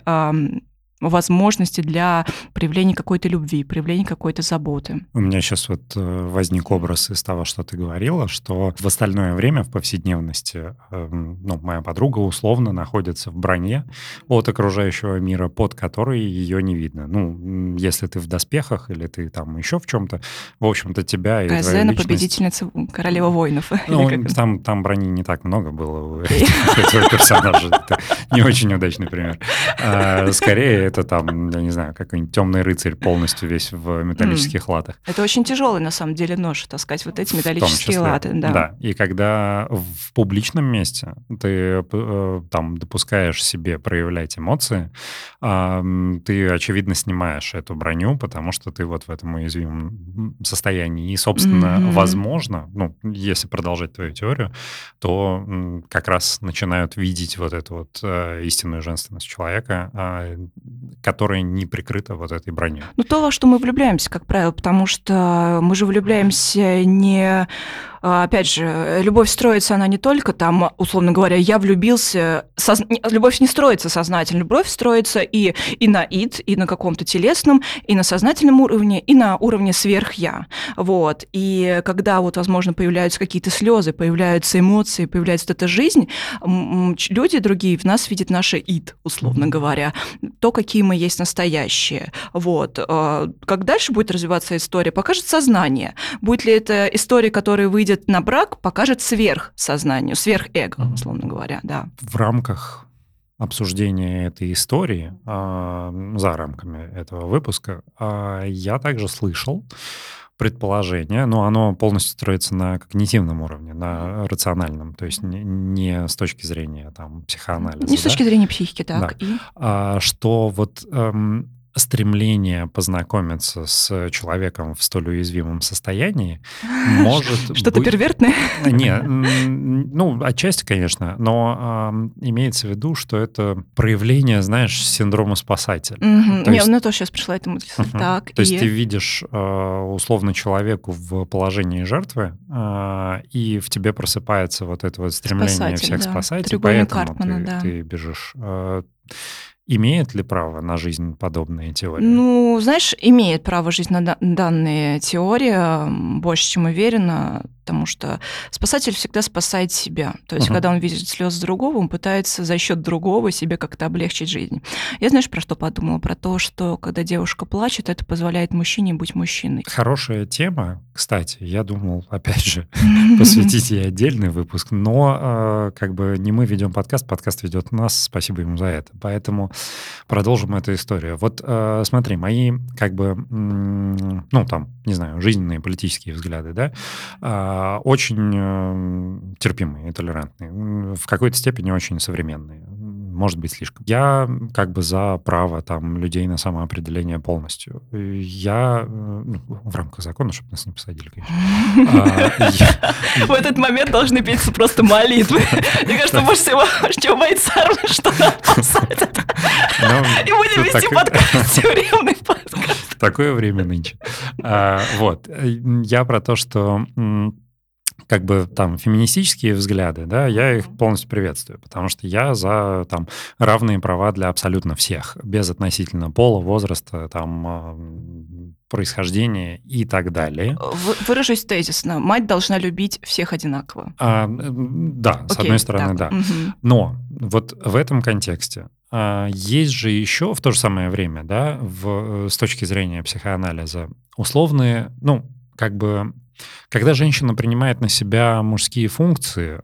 возможности для проявления какой-то любви, проявления какой-то заботы. У меня сейчас вот возник образ из того, что ты говорила, что в остальное время, в повседневности, ну, моя подруга условно находится в броне от окружающего мира, под которой ее не видно. Ну, если ты в доспехах или ты там еще в чем-то, в общем-то, тебя и твоя Зена — личность... победительница, королева воинов. Ну, там брони не так много было у этого персонажа. Это не очень удачный пример. Скорее, это там, я не знаю, какой-нибудь темный рыцарь полностью весь в металлических латах. Это очень тяжелый, на самом деле, нож, таскать вот эти металлические латы. Да, и когда в публичном месте ты там допускаешь себе проявлять эмоции, ты, очевидно, снимаешь эту броню, потому что ты вот в этом уязвимом состоянии. И, собственно, возможно, ну, если продолжать твою теорию, то как раз начинают видеть вот эту вот истинную женственность человека, которая не прикрыта вот этой броней. Ну, то, во что мы влюбляемся, как правило, потому что мы же влюбляемся не Опять же, любовь строится, она не только там, условно говоря, я влюбился. Любовь не строится сознательно. Любовь строится и на ид, и на каком-то телесном, и на сознательном уровне, и на уровне сверх-я. Вот. И когда вот, возможно, появляются какие-то слезы, появляются эмоции, появляется вот эта жизнь, люди другие в нас видят наше ид, условно говоря, то, какие мы есть настоящие. Вот. Как дальше будет развиваться история, покажет сознание. Будет ли это история, которая выйдет на брак, покажет сверхсознанию, сверхэго, условно говоря, да. В рамках обсуждения этой истории, за рамками этого выпуска, я также слышал предположение, но оно полностью строится на когнитивном уровне, на рациональном, то есть не с точки зрения там психоанализа. Не с точки зрения психики, так. Да. Что вот стремление познакомиться с человеком в столь уязвимом состоянии может Что-то первертное? Не, ну, отчасти, конечно, но имеется в виду, что это проявление, знаешь, синдрома спасателя. Мне тоже сейчас пришла эта мысль. Так, то есть ты видишь условно человеку в положении жертвы, и в тебе просыпается вот это вот стремление всех спасать, и поэтому ты бежишь. Имеет ли право на жизнь подобные теории? Ну, знаешь, имеет право жизнь на данные теории, больше, чем уверена, потому что спасатель всегда спасает себя. То есть, когда он видит слезы другого, он пытается за счет другого себе как-то облегчить жизнь. Я, знаешь, про что подумала? Про то, что когда девушка плачет, это позволяет мужчине быть мужчиной. Хорошая тема, кстати. Я думал, опять же, посвятить ей отдельный выпуск, но как бы не мы ведем подкаст ведет нас, спасибо ему за это. Поэтому продолжим эту историю. Вот смотри, мои как бы, ну там, не знаю, жизненные политические взгляды, да, очень терпимые и толерантные, в какой-то степени очень современные, может быть, слишком. Я как бы за право там людей на самоопределение полностью. Я в рамках закона, чтобы нас не посадили, конечно. В этот момент должны петь просто молитвы. Мне кажется, больше всего, чего боится Армен, что нас посадят. И будем вести подкаст, тюремный подкаст. Такое время нынче. Вот. Я про то, что как бы там феминистические взгляды, да, я их полностью приветствую, потому что я за там равные права для абсолютно всех, без относительно пола, возраста, там происхождения и так далее. Выражусь тезисно. Мать должна любить всех одинаково. Да, с одной стороны, да. Но вот в этом контексте есть же еще в то же самое время, да, с точки зрения психоанализа, условные, ну, как бы, когда женщина принимает на себя мужские функции,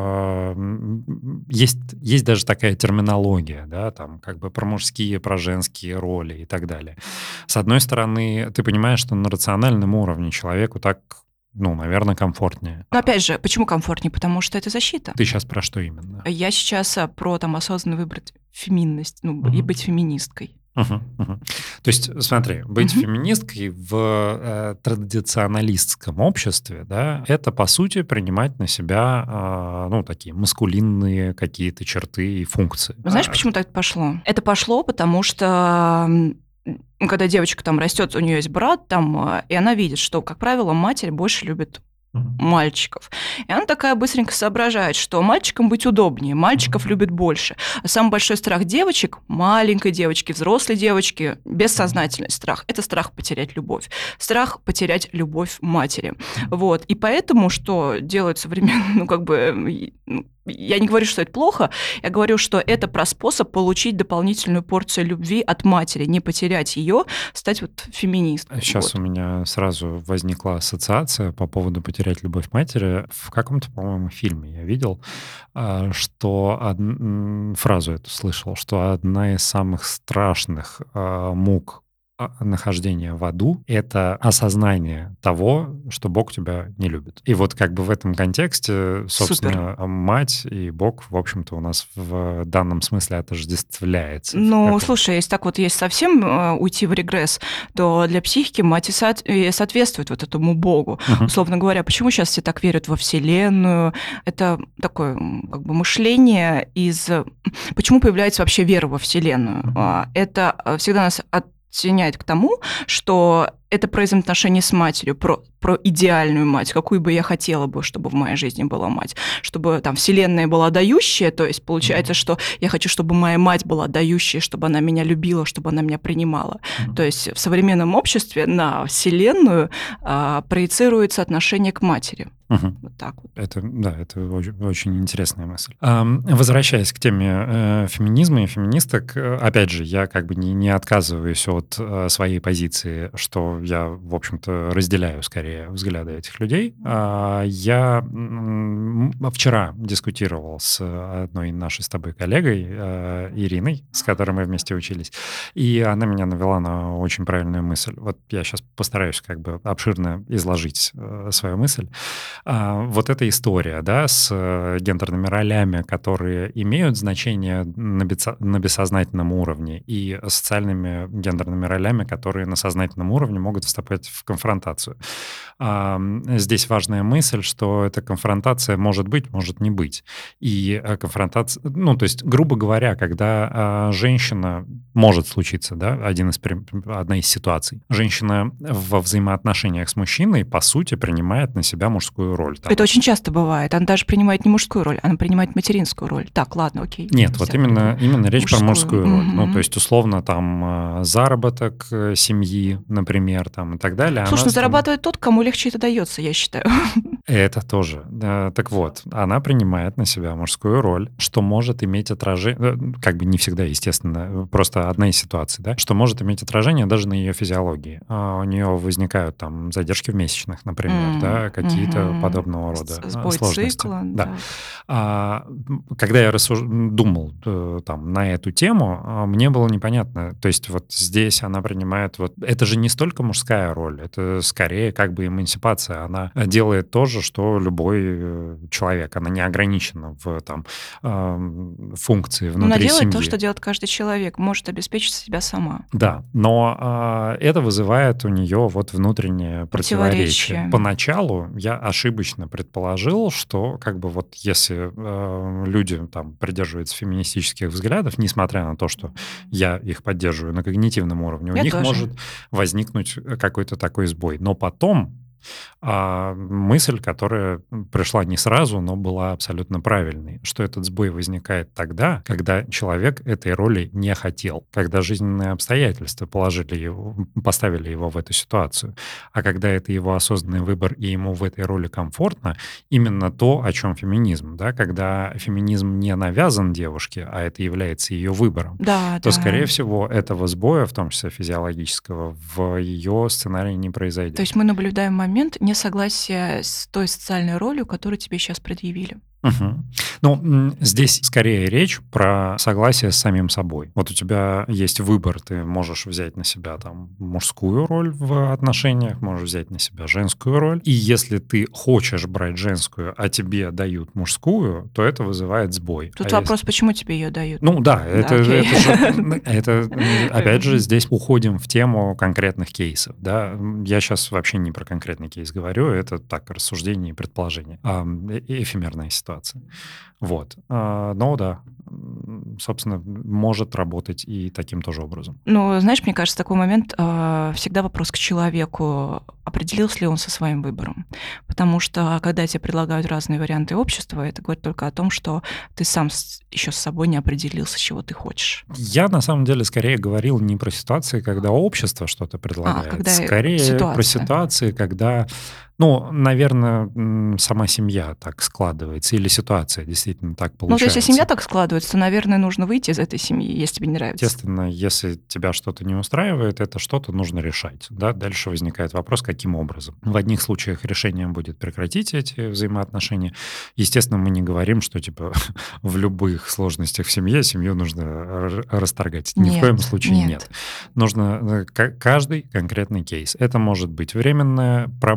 есть даже такая терминология, да, там как бы про мужские, про женские роли и так далее. С одной стороны, ты понимаешь, что на рациональном уровне человеку так, ну, наверное, комфортнее. Но опять же, почему комфортнее? Потому что это защита. Ты сейчас про что именно? Я сейчас про там осознанно выбрать феминность, и быть феминисткой. То есть, смотри, быть феминисткой в традиционалистском обществе, да, это, по сути, принимать на себя, ну, такие маскулинные какие-то черты и функции. Знаешь, почему так пошло? Это пошло, потому что когда девочка там растет, у нее есть брат, там, и она видит, что, как правило, матерь больше любит мальчиков. И она такая быстренько соображает, что мальчикам быть удобнее, мальчиков любят больше. А самый большой страх девочек, маленькой девочки, взрослой девочки, бессознательный страх, это страх потерять любовь. Страх потерять любовь матери. Вот. И поэтому, что делают современные, ну, как бы, я не говорю, что это плохо, я говорю, что это про способ получить дополнительную порцию любви от матери, не потерять ее, стать вот феминисткой. Сейчас у меня сразу возникла ассоциация по поводу потерять любовь матери. В каком-то, по-моему, фильме я видел, что фразу эту слышал, что одна из самых страшных мук нахождения в аду — это осознание того, что Бог тебя не любит. И вот как бы в этом контексте, собственно, мать и Бог, в общем-то, у нас в данном смысле отождествляется. Ну, слушай, если так вот есть совсем уйти в регресс, то для психики мать и соответствует вот этому Богу. Условно говоря, почему сейчас все так верят во Вселенную? Это такое как бы мышление из... Почему появляется вообще вера во Вселенную? Это всегда нас тяняет к тому, что это про взаимоотношения с матерью, про идеальную мать, какую бы я хотела бы, чтобы в моей жизни была мать. Чтобы там вселенная была дающая, то есть получается, что я хочу, чтобы моя мать была дающая, чтобы она меня любила, чтобы она меня принимала. То есть в современном обществе на вселенную проецируется отношение к матери. Вот так вот. Это очень, очень интересная мысль. Возвращаясь к теме феминизма и феминисток, опять же, я как бы не отказываюсь от своей позиции, что я, в общем-то, разделяю скорее взгляды этих людей. Я вчера дискутировал с одной нашей с тобой коллегой, Ириной, с которой мы вместе учились, и она меня навела на очень правильную мысль. Вот я сейчас постараюсь как бы обширно изложить свою мысль. Вот эта история, да, с гендерными ролями, которые имеют значение на бессознательном уровне, и социальными гендерными ролями, которые на сознательном уровне могут вступать в конфронтацию. Здесь важная мысль, что эта конфронтация может быть, может не быть. И конфронтация, ну, то есть, грубо говоря, когда женщина, может случиться, да, одна из ситуаций, женщина во взаимоотношениях с мужчиной, по сути, принимает на себя мужскую роль. Это очень часто бывает. Она даже принимает не мужскую роль, она принимает материнскую роль. Так, ладно, окей. Нет, вот именно речь про мужскую роль. Ну, то есть, условно, там, заработок семьи, например, там, и так далее. Слушай, зарабатывает тот, кому легче это дается, я считаю. Это тоже. Так вот, она принимает на себя мужскую роль, что может иметь отражение, как бы не всегда, естественно, просто одна из ситуаций, да, что может иметь отражение даже на ее физиологии. У нее возникают там задержки в месячных, например, да, какие-то подобного рода сбой сложности. цикла. Да. Когда я думал там на эту тему, мне было непонятно. То есть вот здесь она принимает... Вот это же не столько мужская роль, это скорее как бы эмансипация. Она делает то же, что любой человек. Она не ограничена в там, функции внутри семьи. Она делает то, что делает каждый человек, может обеспечить себя сама. Да, но это вызывает у нее вот внутреннее противоречие. Поначалу я ошибочно предположил, что как бы вот если люди там придерживаются феминистических взглядов, несмотря на то, что я их поддерживаю на когнитивном уровне, у них может возникнуть какой-то такой сбой. Но потом мысль, которая пришла не сразу, но была абсолютно правильной, что этот сбой возникает тогда, когда человек этой роли не хотел, когда жизненные обстоятельства поставили его в эту ситуацию. А когда это его осознанный выбор, и ему в этой роли комфортно, именно то, о чем феминизм, да, когда феминизм не навязан девушке, а это является ее выбором, то, скорее всего, этого сбоя, в том числе физиологического, в ее сценарии не произойдет. То есть мы наблюдаем момент несогласия с той социальной ролью, которую тебе сейчас предъявили. Ну, здесь скорее речь про согласие с самим собой. Вот у тебя есть выбор, ты можешь взять на себя там мужскую роль в отношениях, можешь взять на себя женскую роль. И если ты хочешь брать женскую, а тебе дают мужскую, то это вызывает сбой. Тут вопрос, почему тебе ее дают? Ну да, это опять же, здесь уходим в тему конкретных кейсов. Да? Я сейчас вообще не про конкретный кейс говорю, это так, рассуждение и предположение. Эфемерная ситуация. Вот. Но да, собственно, может работать и таким тоже образом. Ну, знаешь, мне кажется, такой момент всегда вопрос к человеку, определился ли он со своим выбором. Потому что, когда тебе предлагают разные варианты общества, это говорит только о том, что ты сам еще с собой не определился, чего ты хочешь. Я, на самом деле, скорее говорил не про ситуации, когда общество что-то предлагает, скорее про ситуации, когда... Ну, наверное, сама семья так складывается, или ситуация действительно так получается. Ну, если семья так складывается, то, наверное, нужно выйти из этой семьи, если тебе не нравится. Естественно, если тебя что-то не устраивает, это что-то нужно решать. Да? Дальше возникает вопрос, каким образом. В одних случаях решением будет прекратить эти взаимоотношения. Естественно, мы не говорим, что типа в любых сложностях в семье семью нужно расторгать. Ни в коем случае нет. Нужно каждый конкретный кейс. Это может быть временная проблема,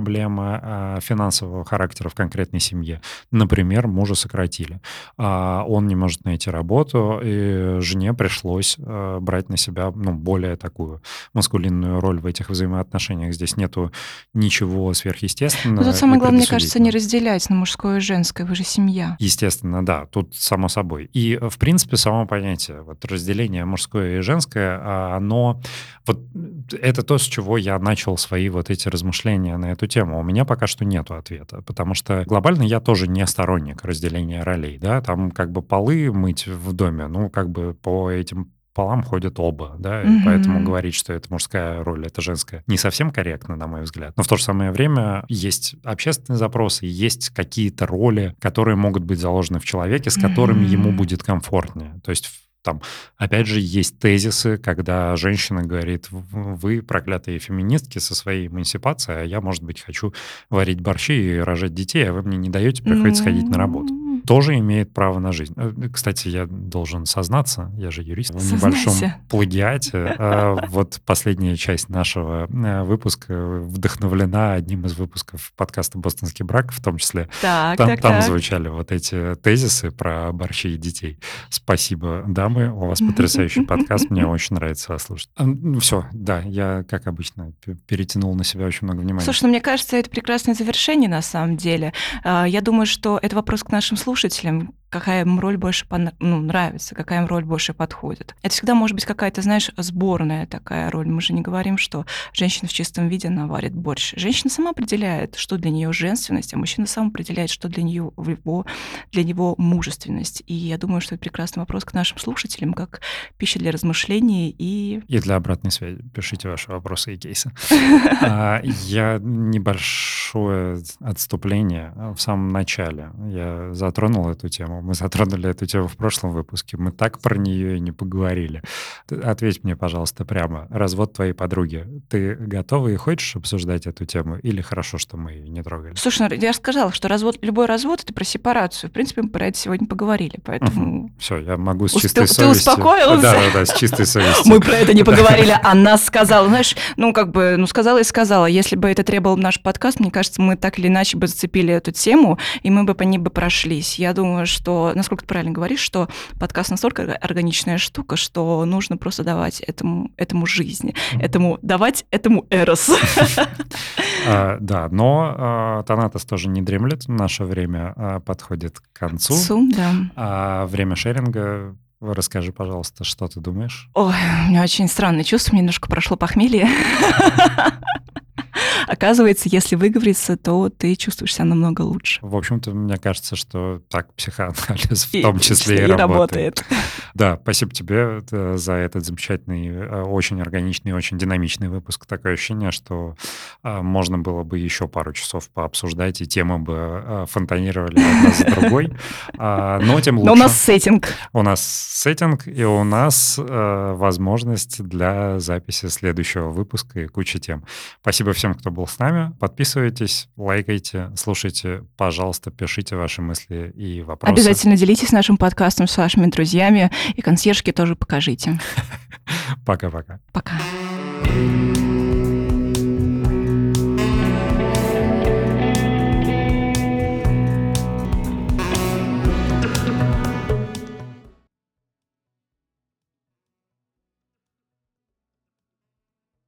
проблема финансового характера в конкретной семье. Например, мужа сократили. Он не может найти работу, и жене пришлось брать на себя более такую маскулинную роль в этих взаимоотношениях. Здесь нету ничего сверхъестественного. Тут самое главное, мне кажется, не разделять на мужское и женское. Вы же семья. Естественно, да, тут само собой. И, в принципе, само понятие разделения мужское и женское, оно... это то, с чего я начал свои эти размышления на эту тему. У меня пока что нету ответа, потому что глобально я тоже не сторонник разделения ролей, да, там полы мыть в доме, по этим полам ходят оба, да, и поэтому говорить, что это мужская роль, это женская, не совсем корректно, на мой взгляд. Но в то же самое время есть общественные запросы, есть какие-то роли, которые могут быть заложены в человеке, с которыми ему будет комфортнее. То есть там, опять же, есть тезисы, когда женщина говорит: вы проклятые феминистки со своей эмансипацией, а я, может быть, хочу варить борщи и рожать детей, а вы мне не даете, приходится ходить на работу. Тоже имеет право на жизнь. Кстати, я должен сознаться, я же юрист, в небольшом плагиате. Последняя часть нашего выпуска вдохновлена одним из выпусков подкаста «Бостонский брак», в том числе. Там звучали эти тезисы про борщи и детей. Спасибо, дамы, у вас потрясающий подкаст, мне очень нравится вас слушать. Все, да, я, как обычно, перетянул на себя очень много внимания. Слушай, мне кажется, это прекрасное завершение на самом деле. Я думаю, что это вопрос к нашим слушателям, какая им роль больше нравится, какая им роль больше подходит. Это всегда может быть какая-то, знаешь, сборная такая роль. Мы же не говорим, что женщина в чистом виде наварит борщ. Женщина сама определяет, что для нее женственность, а мужчина сам определяет, что для него мужественность. И я думаю, что это прекрасный вопрос к нашим слушателям, как пища для размышлений и для обратной связи. Пишите ваши вопросы и кейсы. Я небольшое отступление в самом начале. Я затронул эту тему. Мы затронули эту тему в прошлом выпуске. Мы так про нее и не поговорили. Ответь мне, пожалуйста, прямо. Развод твоей подруги. Ты готова и хочешь обсуждать эту тему? Или хорошо, что мы ее не трогали? Слушай, я же сказала, что любой развод — это про сепарацию. В принципе, мы про это сегодня поговорили, поэтому... Все, я могу с чистой совестью... Ты успокоился? Да, с чистой совестью. Мы про это не поговорили, она сказала. Знаешь, сказала и сказала. Если бы это требовал наш подкаст, мне кажется, мы так или иначе бы зацепили эту тему, и мы бы по ней прошлись. Я думаю, что, насколько ты правильно говоришь, что подкаст настолько органичная штука, что нужно просто давать этому жизни, давать этому эрос. Да, но Танатос тоже не дремлет. Наше время подходит к концу. Да. Время шеринга. Расскажи, пожалуйста, что ты думаешь? Ой, у меня очень странное чувство, мне немножко прошло похмелье. Оказывается, если выговориться, то ты чувствуешь себя намного лучше. В общем-то, мне кажется, что так психоанализ в том числе и работает. Да, спасибо тебе за этот замечательный, очень органичный, очень динамичный выпуск. Такое ощущение, что можно было бы еще пару часов пообсуждать, и темы бы фонтанировали одна за другой. Но тем лучше. Но у нас сеттинг. У нас сеттинг, и у нас возможность для записи следующего выпуска и кучи тем. Спасибо всем, кто был с нами. Подписывайтесь, лайкайте, слушайте, пожалуйста, пишите ваши мысли и вопросы. Обязательно делитесь нашим подкастом с вашими друзьями, и консьержке тоже покажите. Пока-пока. Пока.